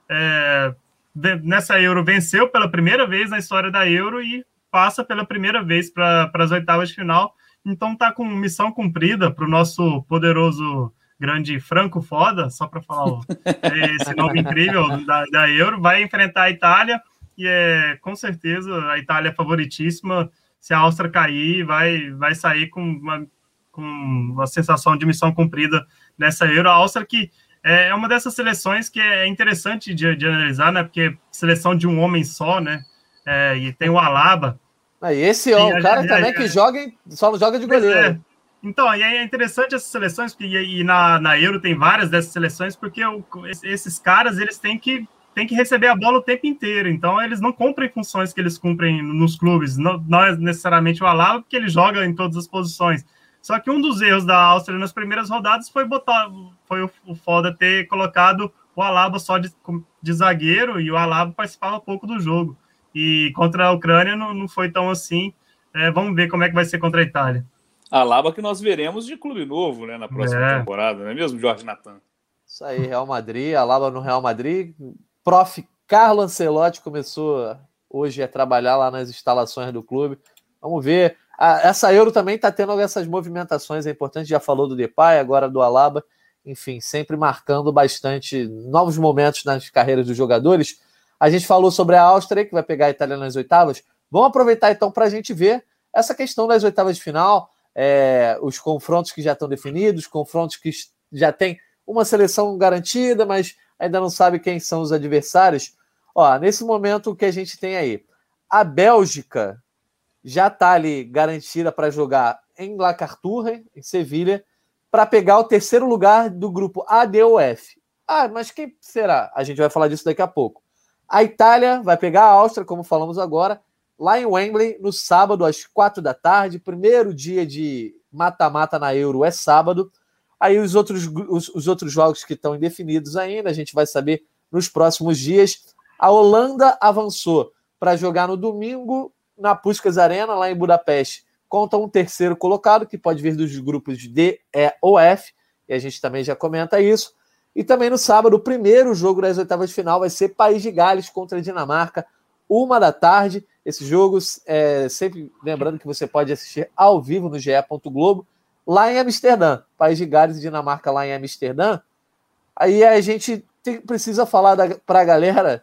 É, nessa Euro venceu pela primeira vez na história da Euro e passa pela primeira vez para as oitavas de final, então está com missão cumprida para o nosso poderoso grande Franco Foda, só para falar ó, esse nome incrível da, da Euro, vai enfrentar a Itália e é, com certeza a Itália é favoritíssima. Se a Áustria cair, vai, vai sair com uma, com uma sensação de missão cumprida nessa Euro. A Áustria que é uma dessas seleções que é interessante de, de analisar, né? Porque seleção de um homem só, né? É, e tem o Alaba. Ah, e esse ó, o cara a, também a, que a, joga, só não joga de goleiro. É. Então, e é interessante essas seleções, porque, e na, na Euro tem várias dessas seleções, porque o, esses caras, eles têm que, têm que receber a bola o tempo inteiro. Então, eles não cumprem funções que eles cumprem nos clubes. Não, não é necessariamente o Alaba, porque ele joga em todas as posições. Só que um dos erros da Áustria nas primeiras rodadas foi botar, foi o, o Foda ter colocado o Alaba só de, de zagueiro e o Alaba participava pouco do jogo. E contra a Ucrânia não, não foi tão assim. É, vamos ver como é que vai ser contra a Itália. Alaba que nós veremos de clube novo, né, na próxima é. temporada, não é mesmo, Jorge Natan? Isso aí, Real Madrid, Alaba no Real Madrid. Prof. Carlo Ancelotti começou hoje a trabalhar lá nas instalações do clube. Vamos ver. Ah, essa Euro também está tendo essas movimentações, é importante, já falou do Depay, agora do Alaba, enfim, sempre marcando bastante novos momentos nas carreiras dos jogadores. A gente falou sobre a Áustria, que vai pegar a Itália nas oitavas. Vamos aproveitar então para a gente ver essa questão das oitavas de final, é, os confrontos que já estão definidos, confrontos que já tem uma seleção garantida, mas ainda não sabe quem são os adversários. Ó, nesse momento, o que a gente tem aí? A Bélgica já está ali garantida para jogar em La Carturra, em Sevilha, para pegar o terceiro lugar do grupo A, D ou F. Ah, mas quem será? A gente vai falar disso daqui a pouco. A Itália vai pegar a Áustria, como falamos agora, lá em Wembley, no sábado, às quatro da tarde. Primeiro dia de mata-mata na Euro é sábado. Aí os outros, os, os outros jogos que estão indefinidos ainda, a gente vai saber nos próximos dias. A Holanda avançou para jogar no domingo, na Puskás Arena, lá em Budapeste, contra um terceiro colocado, que pode vir dos grupos D, E ou F, e a gente também já comenta isso. E também no sábado, o primeiro jogo das oitavas de final vai ser País de Gales contra a Dinamarca, uma da tarde. Esses jogos, é, sempre lembrando que você pode assistir ao vivo no G E ponto Globo, lá em Amsterdã. País de Gales e Dinamarca lá em Amsterdã. Aí a gente tem, precisa falar para a galera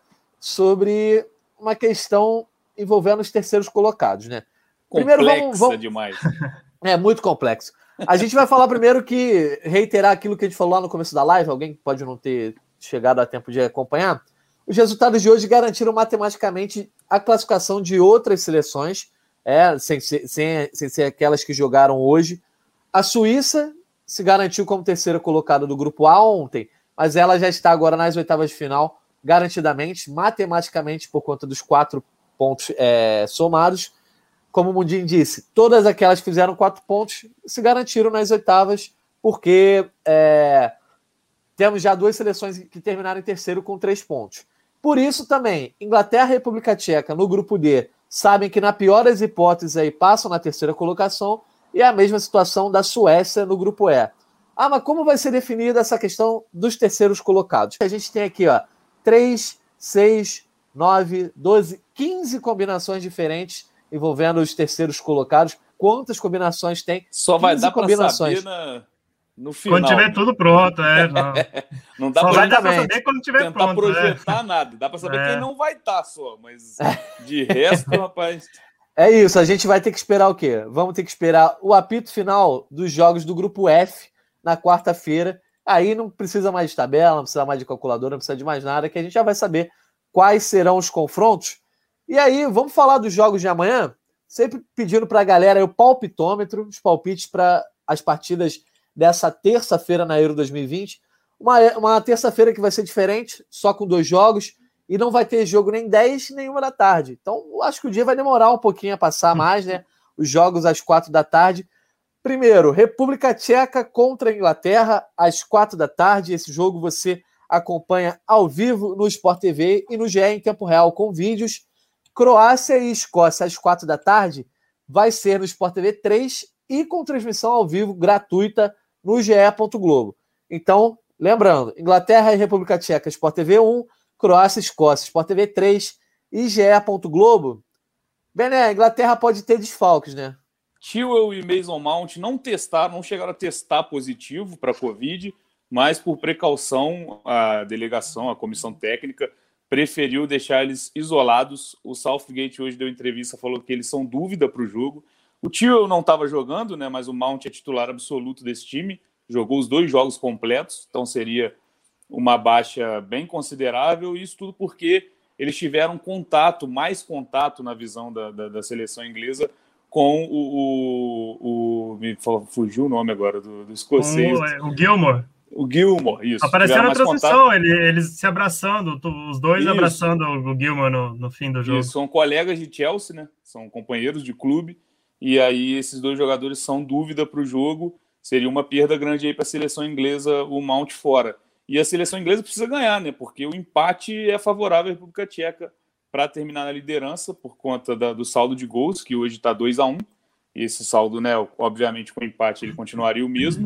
sobre uma questão envolvendo os terceiros colocados, né? Complexa primeiro, vamos, vamos... demais. É muito complexo. A gente vai falar primeiro que, reiterar aquilo que a gente falou lá no começo da live, alguém pode não ter chegado a tempo de acompanhar, os resultados de hoje garantiram matematicamente a classificação de outras seleções, é, sem, ser, sem, sem ser aquelas que jogaram hoje. A Suíça se garantiu como terceira colocada do grupo A ontem, mas ela já está agora nas oitavas de final, garantidamente, matematicamente, por conta dos quatro pontos é, somados. Como o Mundinho disse, todas aquelas que fizeram quatro pontos se garantiram nas oitavas, porque é, temos já duas seleções que terminaram em terceiro com três pontos. Por isso também, Inglaterra e República Tcheca, no grupo D, sabem que na pior das hipóteses aí passam na terceira colocação, e é a mesma situação da Suécia no grupo E. Ah, mas como vai ser definida essa questão dos terceiros colocados? A gente tem aqui, ó, três, seis, nove, doze, quinze combinações diferentes envolvendo os terceiros colocados. Quantas combinações tem? Só vai dar para saber na, no final. Quando tiver tudo pronto, é. Não, não dá só pra vai dar para saber quando tiver tentar pronto. projetar é. nada. Dá para saber é. quem não vai estar tá só, mas de resto, rapaz... É isso, a gente vai ter que esperar o quê? Vamos ter que esperar o apito final dos jogos do grupo F na quarta-feira. Aí não precisa mais de tabela, não precisa mais de calculadora, não precisa de mais nada, que a gente já vai saber quais serão os confrontos. E aí, vamos falar dos jogos de amanhã? Sempre pedindo para a galera aí o palpitômetro, os palpites para as partidas dessa terça-feira na Euro dois mil e vinte. Uma, uma terça-feira que vai ser diferente, só com dois jogos, e não vai ter jogo nem dez, nem uma da tarde. Então, eu acho que o dia vai demorar um pouquinho a passar mais, né? Os jogos às quatro da tarde. Primeiro, República Tcheca contra a Inglaterra, às quatro da tarde. Esse jogo você acompanha ao vivo no Sport T V e no G E em tempo real com vídeos. Croácia e Escócia, às quatro da tarde, vai ser no Sport T V três e com transmissão ao vivo gratuita no G E Globo. Então, lembrando, Inglaterra e República Tcheca, Sport T V um, Croácia e Escócia, Sport T V três e G E Globo. Bené, a Inglaterra pode ter desfalques, né? Chilwell e Mason Mount não testaram, não chegaram a testar positivo para a Covid, mas por precaução, a delegação, a comissão técnica, preferiu deixar eles isolados. O Southgate hoje deu entrevista, falou que eles são dúvida para o jogo. O Chilwell não estava jogando, né, mas o Mount é titular absoluto desse time, jogou os dois jogos completos, então seria uma baixa bem considerável, e isso tudo porque eles tiveram contato, mais contato na visão da, da, da seleção inglesa com o, o, o... me fugiu o nome agora do, do escocês. O, o Gilmore. O Gilmore, isso. Apareceu na transmissão, ele, eles se abraçando, os dois isso. abraçando o Gilmore no, no fim do jogo. Isso, são colegas de Chelsea, né? São companheiros de clube, e aí esses dois jogadores são dúvida para o jogo. Seria uma perda grande aí para a seleção inglesa, o Mount fora. E a seleção inglesa precisa ganhar, né? Porque o empate é favorável à República Tcheca para terminar na liderança, por conta da, do saldo de gols, que hoje está dois a um. E esse saldo, né, obviamente, com o empate ele continuaria o mesmo.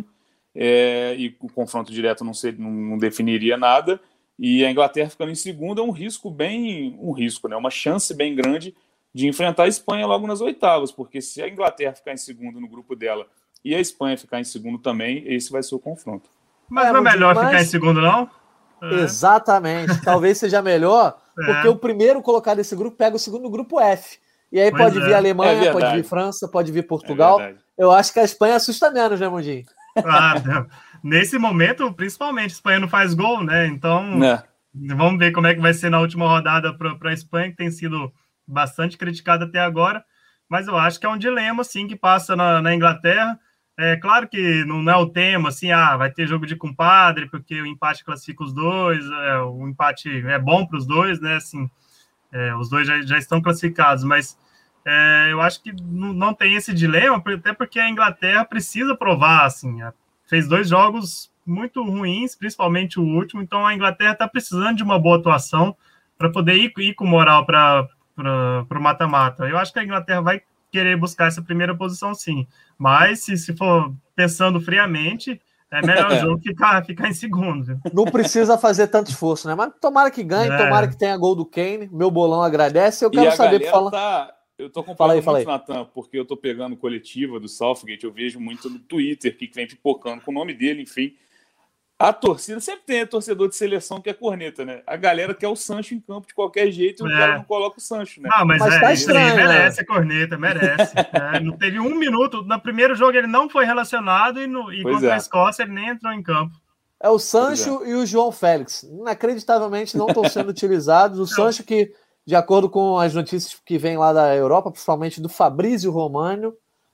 É, e o confronto direto não, ser, não, não definiria nada, e a Inglaterra ficando em segundo é um risco bem, um risco, né, uma chance bem grande de enfrentar a Espanha logo nas oitavas, porque se a Inglaterra ficar em segundo no grupo dela e a Espanha ficar em segundo também, esse vai ser o confronto. Mas é, não é melhor mais... ficar em segundo, não? É. Exatamente, talvez seja melhor, porque é. o primeiro colocado desse grupo pega o segundo grupo F, e aí pois pode é. vir a Alemanha, é pode vir França, pode vir Portugal. É Eu acho que a Espanha assusta menos, né, Mundinho? Ah, nesse momento, principalmente, a Espanha não faz gol, né? Então, é. vamos ver como é que vai ser na última rodada para a Espanha, que tem sido bastante criticada até agora. Mas eu acho que é um dilema, sim, que passa na, na Inglaterra. É claro que não é o tema, assim, ah, vai ter jogo de compadre, porque o empate classifica os dois, é, o empate é bom para os dois, né? Assim, é, os dois já, já estão classificados, mas... É, eu acho que não tem esse dilema, até porque a Inglaterra precisa provar, assim, fez dois jogos muito ruins, principalmente o último, então a Inglaterra está precisando de uma boa atuação para poder ir, ir com moral para o mata-mata. Eu acho que a Inglaterra vai querer buscar essa primeira posição, sim, mas se, se for pensando friamente, é melhor o jogo ficar, ficar em segundo. Não precisa fazer tanto esforço, né? Mas tomara que ganhe, é. tomara que tenha gol do Kane, meu bolão agradece, eu quero saber... Fala... Tá... Eu tô acompanhando muito, Natan, porque eu tô pegando coletiva do Southgate, eu vejo muito no Twitter, que vem pipocando com o nome dele, enfim. A torcida sempre tem a torcedor de seleção que é corneta, né? A galera quer o Sancho em campo de qualquer jeito e é. o cara não coloca o Sancho, né? Não, mas, mas é, tá estranho, ele merece né? a corneta, merece. é, não teve um minuto. No primeiro jogo ele não foi relacionado e, no, e contra é. a Escócia ele nem entrou em campo. É o Sancho é. e o João Félix. Inacreditavelmente não estão sendo utilizados. O não. Sancho que, de acordo com as notícias que vêm lá da Europa, principalmente do Fabrício Romano,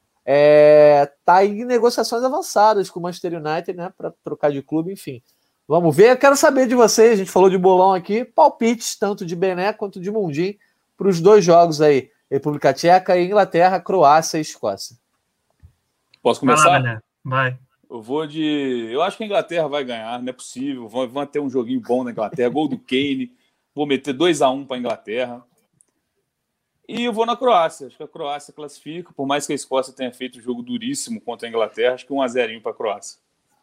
É, tá em negociações avançadas com o Manchester United, né, para trocar de clube, enfim. Vamos ver, eu quero saber de vocês, a gente falou de bolão aqui, palpites, tanto de Bené quanto de Mundim, para os dois jogos aí, República Tcheca e Inglaterra, Croácia e Escócia. Posso começar? Vai, lá, Bené. Vai. Eu vou de... Eu acho que a Inglaterra vai ganhar, não é possível, vão, vão ter um joguinho bom na Inglaterra, gol do Kane, vou meter dois a um para a Inglaterra. E eu vou na Croácia. Acho que a Croácia classifica. Por mais que a Escócia tenha feito um jogo duríssimo contra a Inglaterra, acho que um a zero para a Croácia.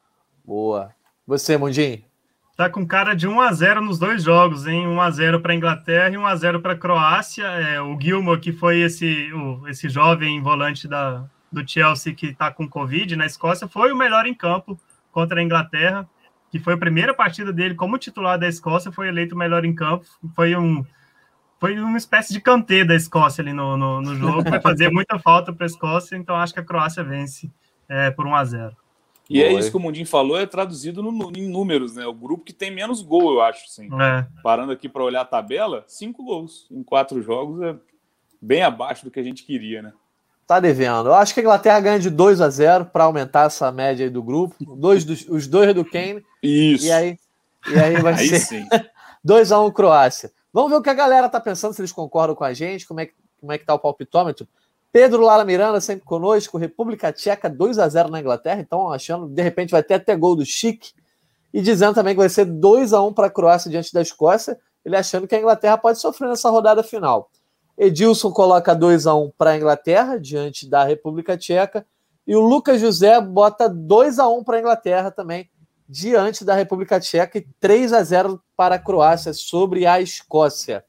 Boa. Você, Mundim? Tá com cara de um a zero nos dois jogos, hein? um a zero para a Inglaterra e um a zero para a Croácia. É, o Gilmour, que foi esse, o, esse jovem volante da, do Chelsea que está com Covid na Escócia, foi o melhor em campo contra a Inglaterra, que foi a primeira partida dele como titular da Escócia, foi eleito o melhor em campo. Foi um... Foi uma espécie de Kanté da Escócia ali no, no, no jogo. Vai fazer muita falta para a Escócia, então acho que a Croácia vence é, por um a zero. E Boa, é isso que o Mundim falou, é traduzido no, no, em números, né? O grupo que tem menos gol, eu acho. Assim. É. Parando aqui para olhar a tabela, cinco gols em quatro jogos é bem abaixo do que a gente queria, né? Tá devendo. Eu acho que a Inglaterra ganha de dois a zero para aumentar essa média aí do grupo. Dois dos, os dois do Kane. Isso. E aí, e aí vai aí ser sim. dois a um Croácia. Vamos ver o que a galera tá pensando, se eles concordam com a gente, como é que, como é que tá o palpitômetro. Pedro Lara Miranda sempre conosco, República Tcheca dois a zero na Inglaterra, então achando, de repente vai ter até gol do Chique, e dizendo também que vai ser dois a um para a Croácia diante da Escócia, ele achando que a Inglaterra pode sofrer nessa rodada final. Edilson coloca dois a um para a Inglaterra diante da República Tcheca, e o Lucas José bota dois a um para a Inglaterra também, diante da República Tcheca, e três a zero para a Croácia sobre a Escócia.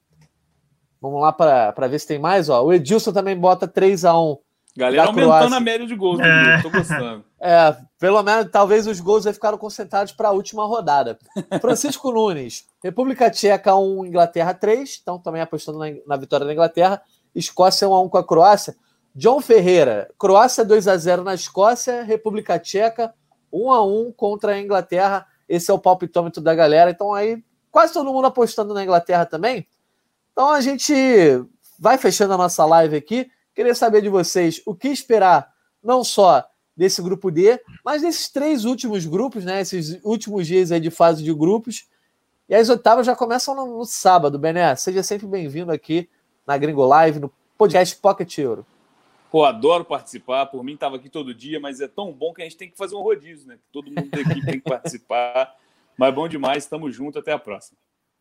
Vamos lá para ver se tem mais. Ó. O Edilson também bota três a um. Galera aumentando Croácia. A média de gols do é. grupo, tô gostando. É, pelo menos, talvez os gols aí ficaram concentrados para a última rodada. Francisco Nunes, República Tcheca um, Inglaterra três, então também apostando na, na vitória da Inglaterra. Escócia um a um com a Croácia. John Ferreira, Croácia dois a zero na Escócia, República Tcheca um a um contra a Inglaterra. Esse é o palpitômetro da galera. Então aí, quase todo mundo apostando na Inglaterra também. Então a gente vai fechando a nossa live aqui. Queria saber de vocês o que esperar, não só desse grupo D, mas desses três últimos grupos, né? Esses últimos dias aí de fase de grupos. E as oitavas já começam no, no sábado, Bené. Seja sempre bem-vindo aqui na Gringo Live, no podcast Pocket Euro. Pô, adoro participar. Por mim, estava aqui todo dia, mas é tão bom que a gente tem que fazer um rodízio, né? Todo mundo da equipe tem que participar. Mas bom demais, estamos juntos, até a próxima.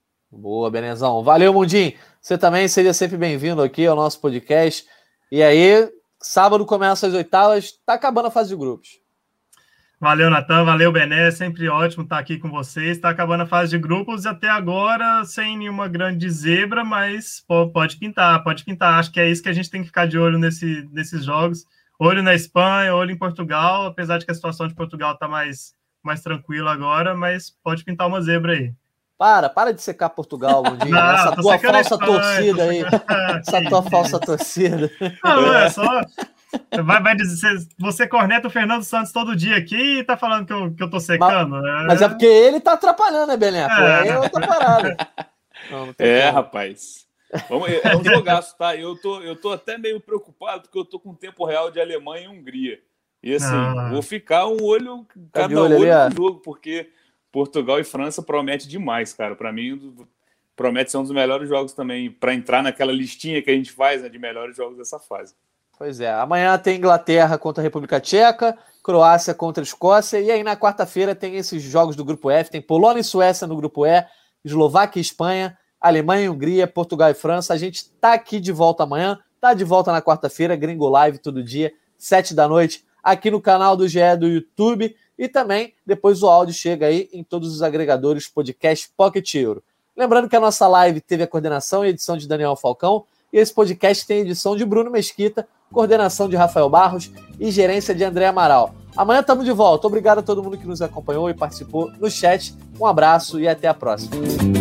Boa, Benezão. Valeu, Mundim. Você também seja sempre bem-vindo aqui ao nosso podcast. E aí, sábado começa as oitavas, tá acabando a fase de grupos. Valeu, Natan, valeu, Bené, sempre ótimo estar aqui com vocês. Está acabando a fase de grupos e até agora sem nenhuma grande zebra, mas pode pintar, pode pintar. Acho que é isso que a gente tem que ficar de olho nesse, nesses jogos. Olho na Espanha, olho em Portugal, apesar de que a situação de Portugal está mais, mais tranquila agora, mas pode pintar uma zebra aí. Para, para de secar Portugal, Mundinho. Não, essa tua falsa Espanha, torcida aí. Essa tua falsa torcida. Não, é só... Vai, vai dizer, você corneta o Fernando Santos todo dia aqui e tá falando que eu, que eu tô secando. Mas, é... mas é porque ele tá atrapalhando, né, Bené? Pô, é. Aí é outra parada. Não, não é, como. Rapaz. Vamos, é um jogaço, tá? Eu tô, eu tô até meio preocupado porque eu tô com tempo real de Alemanha e Hungria. E assim, ah. vou ficar um olho, tá cada olho olho ali, no jogo, porque Portugal e França promete demais, cara. Pra mim, promete ser um dos melhores jogos também, pra entrar naquela listinha que a gente faz, né, de melhores jogos dessa fase. Pois é, amanhã tem Inglaterra contra a República Tcheca, Croácia contra a Escócia, e aí na quarta-feira tem esses jogos do Grupo F, tem Polônia e Suécia no Grupo E, Eslováquia e Espanha, Alemanha e Hungria, Portugal e França. A gente tá aqui de volta amanhã, tá de volta na quarta-feira, Gringo Live todo dia, sete da noite, aqui no canal do G E do YouTube, e também depois o áudio chega aí em todos os agregadores podcast Pocket Euro. Lembrando que a nossa live teve a coordenação e edição de Daniel Falcão, e esse podcast tem edição de Bruno Mesquita, coordenação de Rafael Barros e gerência de André Amaral. Amanhã estamos de volta. Obrigado a todo mundo que nos acompanhou e participou no chat. Um abraço e até a próxima.